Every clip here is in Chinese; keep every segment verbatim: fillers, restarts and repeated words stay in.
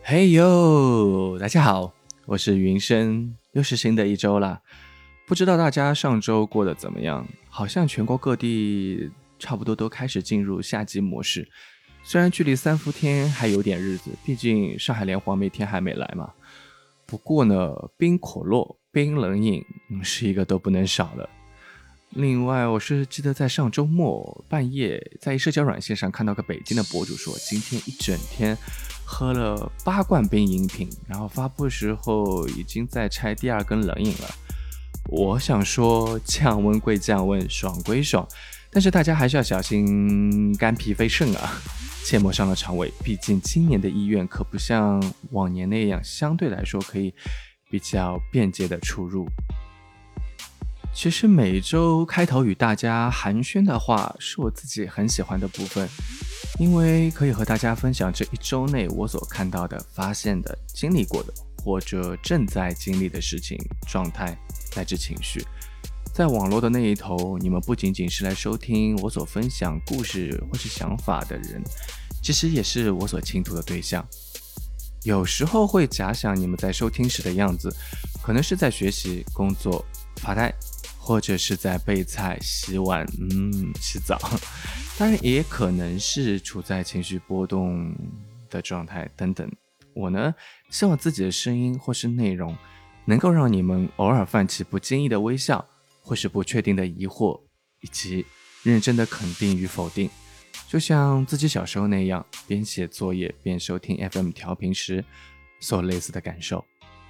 嘿呦，大家好，我是云生，又是新的一周啦。不知道大家上周过得怎么样？好像全国各地差不多都开始进入夏季模式。虽然距离三伏天还有点日子，毕竟上海连黄梅天还没来嘛。不过呢，冰可乐、冰冷饮、嗯、是一个都不能少的。另外，我是记得在上周末半夜，在社交软件上看到个北京的博主说，今天一整天喝了八罐冰饮品，然后发布的时候已经在拆第二根冷饮了。我想说，降温归降温，爽归爽，但是大家还是要小心肝脾肺肾啊，切莫伤了肠胃。毕竟今年的医院可不像往年那样，相对来说可以比较便捷的出入。其实每周开头与大家寒暄的话，是我自己很喜欢的部分，因为可以和大家分享这一周内我所看到的、发现的、经历过的，或者正在经历的事情、状态乃至情绪。在网络的那一头，你们不仅仅是来收听我所分享故事或是想法的人，其实也是我所倾吐的对象。有时候会假想你们在收听时的样子，可能是在学习、工作、发呆，或者是在备菜、洗碗、嗯、洗澡，当然也可能是处在情绪波动的状态等等。我呢，希望自己的声音或是内容，能够让你们偶尔泛起不经意的微笑，或是不确定的疑惑，以及认真的肯定与否定。就像自己小时候那样，边写作业边收听 F M 调频时所类似的感受。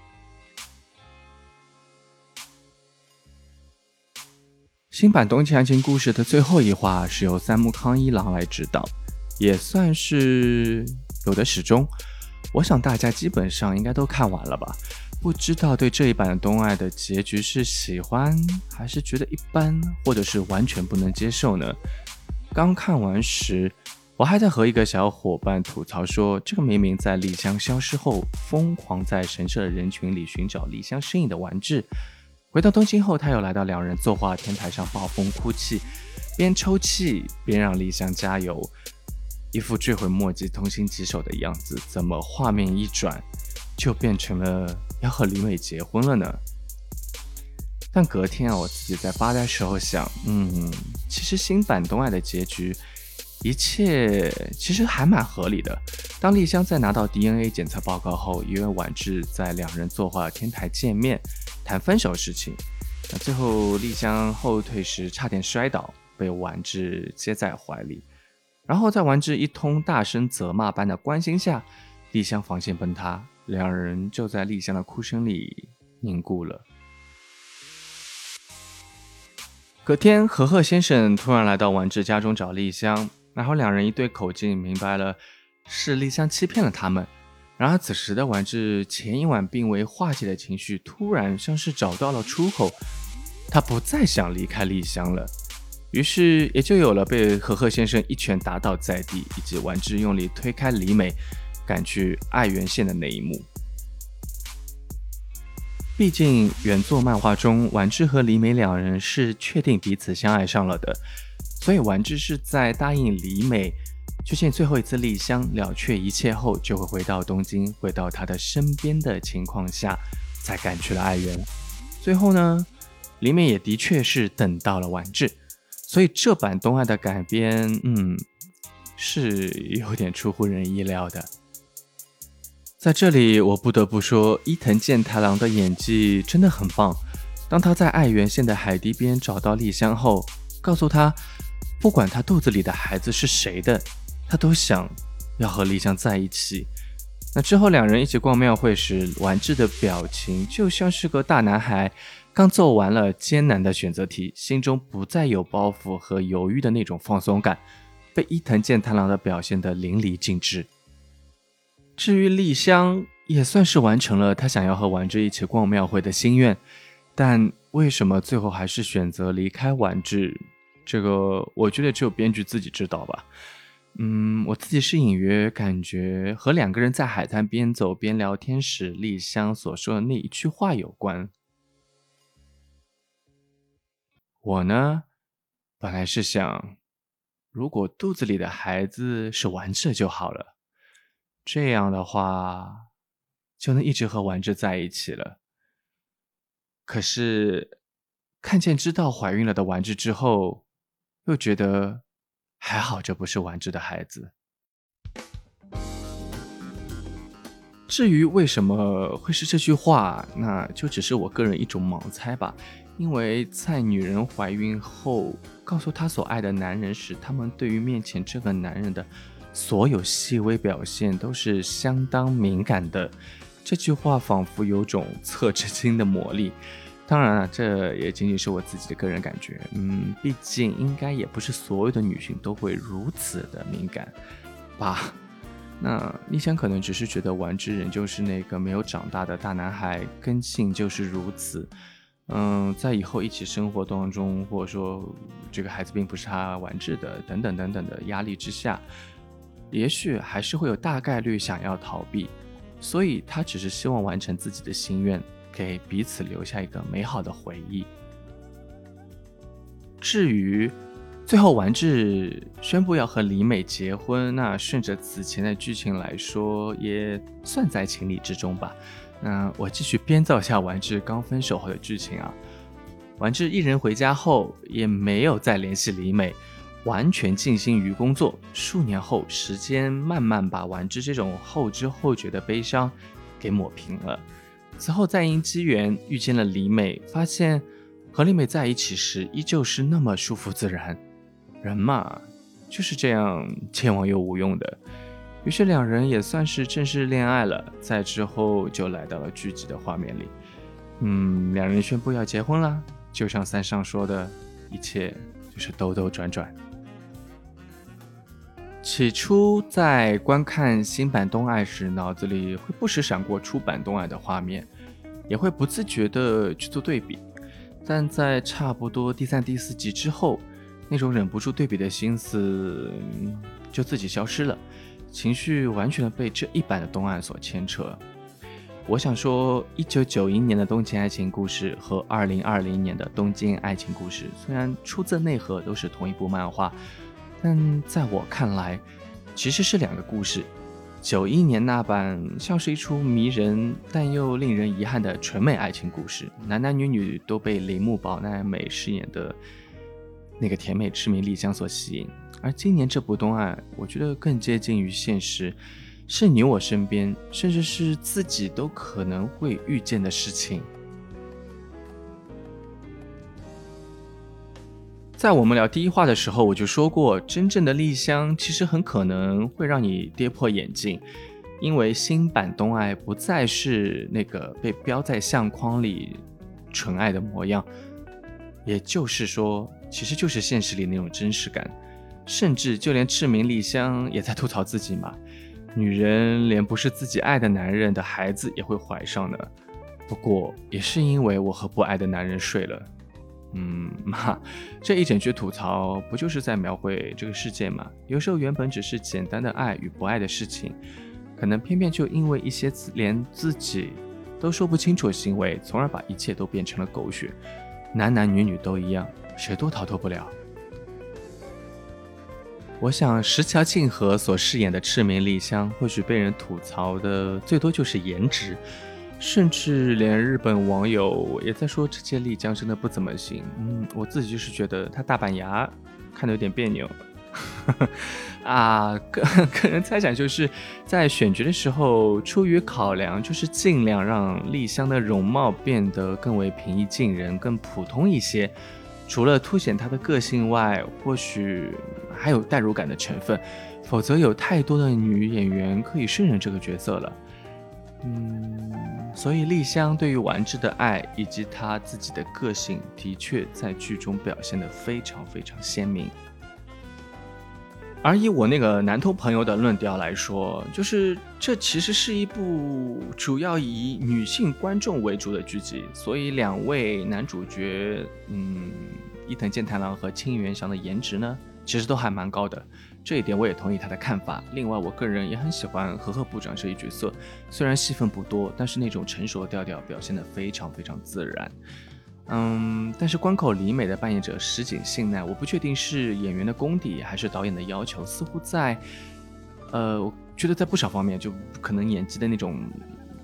新版冬季爱情故事的最后一话是由三木康一郎来指导，也算是有的始终。我想大家基本上应该都看完了吧，不知道对这一版的冬爱的结局是喜欢还是觉得一般，或者是完全不能接受呢？刚看完时，我还在和一个小伙伴吐槽说，这个明明在丽香消失后疯狂在神社的人群里寻找丽香身影的丸治，回到东京后，他又来到两人作画天台上暴风哭泣，边抽泣边让丽香加油，一副追悔莫及、痛心疾首的样子。怎么画面一转，就变成了要和李美结婚了呢？但隔天啊，我自己在发呆时候想，嗯，其实新版冬爱的结局，一切其实还蛮合理的。当丽香在拿到 D N A 检测报告后，因为婉治在两人作画天台见面谈分手事情，那最后丽香后退时差点摔倒，被婉治接在怀里，然后在婉治一通大声责骂般的关心下，丽香防线崩塌，两人就在丽香的哭声里凝固了。隔天，和贺先生突然来到婉治家中找丽香，然后两人一对口径，明白了是丽香欺骗了他们。然而此时的婉治前一晚并未化解的情绪突然像是找到了出口，他不再想离开丽香了，于是也就有了被和贺先生一拳打倒在地，以及婉治用力推开李美赶去爱媛县的那一幕。毕竟原作漫画中，婉治和李美两人是确定彼此相爱上了的，所以婉治是在答应李美去见最后一次丽香，了却一切后，就会回到东京，回到她的身边的情况下，才赶去了爱媛。最后呢，李美也的确是等到了婉治，所以这版冬爱的改编，嗯，是有点出乎人意料的。在这里我不得不说，伊藤健太郎的演技真的很棒。当他在爱媛县的海堤边找到丽香后，告诉他不管他肚子里的孩子是谁的，他都想要和丽香在一起。那之后两人一起逛庙会时，婉治的表情就像是个大男孩刚做完了艰难的选择题，心中不再有包袱和犹豫的那种放松感，被伊藤健太郎的表现得淋漓尽致。至于丽香，也算是完成了她想要和婉治一起逛庙会的心愿，但为什么最后还是选择离开婉治，这个我觉得只有编剧自己知道吧。嗯，我自己是隐约感觉和两个人在海滩边走边聊天时，丽香所说的那一句话有关。我呢，本来是想，如果肚子里的孩子是完治就好了，这样的话， 就能一直和完治在一起了。可是看见知道怀孕了的完治之后，又觉得还好这不是完治的孩子。至于为什么会是这句话，那就只是我个人一种盲猜吧。因为在女人怀孕后告诉她所爱的男人时，他们对于面前这个男人的所有细微表现都是相当敏感的。这句话仿佛有种测纸巾的魔力。当然了，这也仅仅是我自己的个人感觉。嗯，毕竟应该也不是所有的女性都会如此的敏感吧。那丽香可能只是觉得完治人就是那个没有长大的大男孩，根性就是如此。嗯，在以后一起生活当中，或者说这个孩子并不是他完治的，等等等等的压力之下，也许还是会有大概率想要逃避，所以他只是希望完成自己的心愿，给彼此留下一个美好的回忆。至于最后完治宣布要和李美结婚，那顺着此前的剧情来说，也算在情理之中吧。那我继续编造一下完治刚分手后的剧情啊。完治一人回家后，也没有再联系李美，完全尽心于工作。数年后，时间慢慢把完治这种后知后觉的悲伤给抹平了。此后再因机缘遇见了李美，发现和李美在一起时依旧是那么舒服自然。人嘛，就是这样见往又无用的。于是两人也算是正式恋爱了，在之后就来到了剧集的画面里。嗯，两人宣布要结婚了，就像三上说的，一切就是兜兜转转。起初在观看新版东爱时，脑子里会不时闪过初版东爱的画面，也会不自觉地去做对比，但在差不多第三、第四集之后，那种忍不住对比的心思就自己消失了，情绪完全被这一版的东爱所牵扯。我想说一九九一年的东京爱情故事和二零二零年的东京爱情故事虽然出自内核都是同一部漫画，但在我看来其实是两个故事。九一年那版像是一出迷人但又令人遗憾的纯美爱情故事，男男女女都被铃木保奈美饰演的那个甜美痴迷丽香所吸引。而今年这部东爱，我觉得更接近于现实，是你我身边，甚至是自己都可能会遇见的事情。在我们聊第一话的时候，我就说过，真正的丽香其实很可能会让你跌破眼镜，因为新版东爱不再是那个被标在相框里纯爱的模样，也就是说，其实就是现实里那种真实感。甚至就连赤名丽香也在吐槽自己嘛，女人连不是自己爱的男人的孩子也会怀上的，不过也是因为我和不爱的男人睡了。嗯嘛，这一整句吐槽不就是在描绘这个世界吗？有时候原本只是简单的爱与不爱的事情，可能偏偏就因为一些连自己都说不清楚的行为，从而把一切都变成了狗血。男男女女都一样，谁都逃脱不了。我想石桥庆和所饰演的赤名丽香，或许被人吐槽的最多就是颜值，甚至连日本网友也在说这届丽江真的不怎么行。嗯，我自己就是觉得她大板牙看得有点别扭。啊，个个人猜想就是在选角的时候，出于考量，就是尽量让丽香的容貌变得更为平易近人，更普通一些。除了凸显她的个性外，或许还有代入感的成分，否则有太多的女演员可以胜任这个角色了。嗯，所以丽香对于完治的爱以及她自己的个性，的确在剧中表现得非常非常鲜明。而以我那个男同朋友的论调来说，就是这其实是一部主要以女性观众为主的剧集，所以两位男主角，嗯，伊藤健太郎和青元翔的颜值呢，其实都还蛮高的，这一点我也同意他的看法。另外，我个人也很喜欢和贺部长这一角色，虽然戏份不多，但是那种成熟的调调表现得非常非常自然。嗯，但是关口里美的扮演者石井信奈，我不确定是演员的功底还是导演的要求，似乎在，呃，我觉得在不少方面就可能演技的那种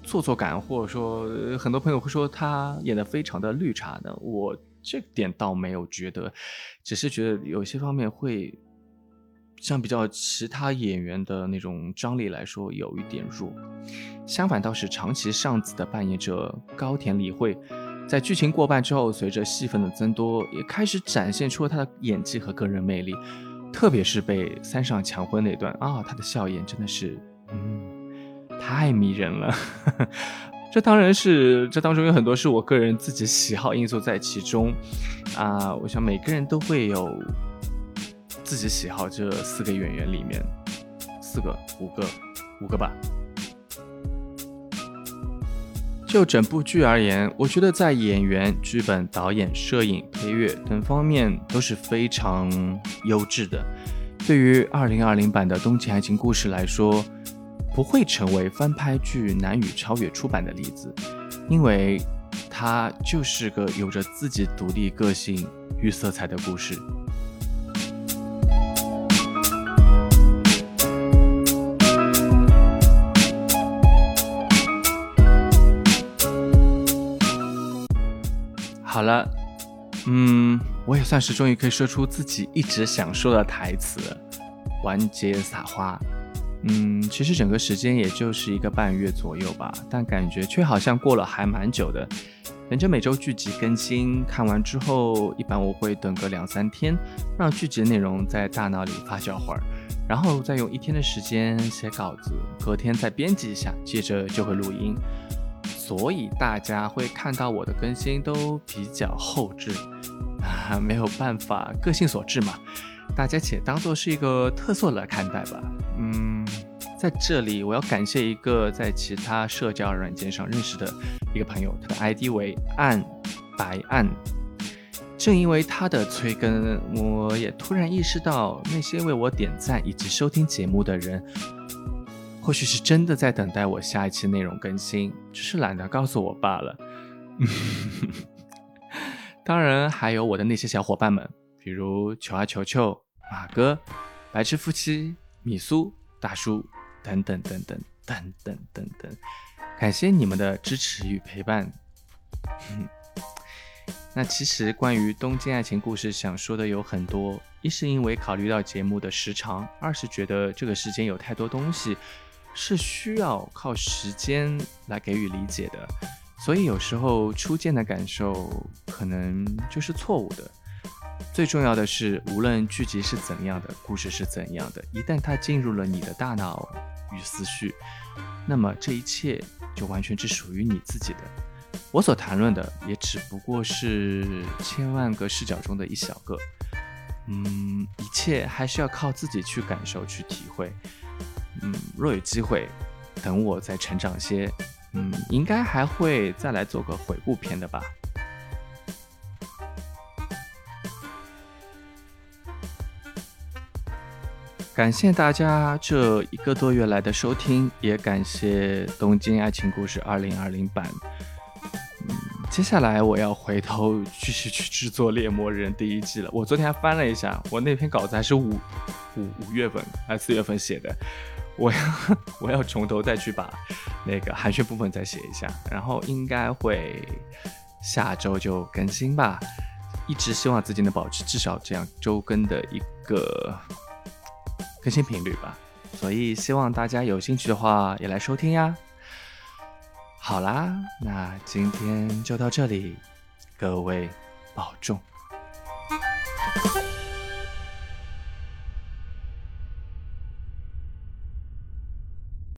做作感，或者说呃很多朋友会说他演得非常的绿茶呢，我这点倒没有觉得，只是觉得有些方面会相比较其他演员的那种张力来说有一点弱。相反倒是长崎尚子的扮演者高田理惠，在剧情过半之后，随着戏份的增多，也开始展现出了她的演技和个人魅力。特别是被三上强婚那段啊，她的笑颜真的是，嗯，太迷人了。这当然是，这当中有很多是我个人自己喜好因素在其中啊。我想每个人都会有自己喜好，这四个演员里面，四个、五个、五个吧。就整部剧而言，我觉得在演员、剧本、导演、摄影、配乐等方面都是非常优质的。对于二零二零版的《东京爱情故事》来说，不会成为翻拍剧难以超越出版的例子，因为它就是个有着自己独立个性与色彩的故事。好了，嗯，我也算是终于可以说出自己一直想说的台词了，完结撒花。嗯，其实整个时间也就是一个半月左右吧，但感觉却好像过了还蛮久的。等着每周剧集更新，看完之后，一般我会等个两三天，让剧集的内容在大脑里发酵会儿，然后再用一天的时间写稿子，隔天再编辑一下，接着就会录音。所以大家会看到我的更新都比较后置啊，没有办法，个性所致嘛，大家且当作是一个特色来看待吧。嗯，在这里我要感谢一个在其他社交软件上认识的一个朋友，他的 I D 为暗白暗。正因为他的催更，我也突然意识到那些为我点赞以及收听节目的人，或许是真的在等待我下一期内容更新，只是懒得告诉我罢了。当然还有我的那些小伙伴们，比如球啊球球、马哥、白痴夫妻、米苏、大叔等等等等等等等等，感谢你们的支持与陪伴。那其实关于东京爱情故事想说的有很多，一是因为考虑到节目的时长，二是觉得这个时间有太多东西是需要靠时间来给予理解的，所以有时候初见的感受可能就是错误的。最重要的是，无论剧集是怎样的，故事是怎样的，一旦它进入了你的大脑与思绪，那么这一切就完全只属于你自己的。我所谈论的也只不过是千万个视角中的一小个，嗯，一切还是要靠自己去感受去体会。嗯，若有机会，等我再成长些，嗯，应该还会再来做个回顾片的吧。感谢大家这一个多月来的收听，也感谢《东京爱情故事》二零二零版。嗯，接下来我要回头继续去制作《猎魔人》第一季了。我昨天还翻了一下，我那篇稿子还是五五五月份还是四月份写的，我要我要从头再去把那个寒暄部分再写一下，然后应该会下周就更新吧。一直希望自己能保持至少这样周更的一个更新频率吧，所以希望大家有兴趣的话也来收听呀。好啦，那今天就到这里，各位保重。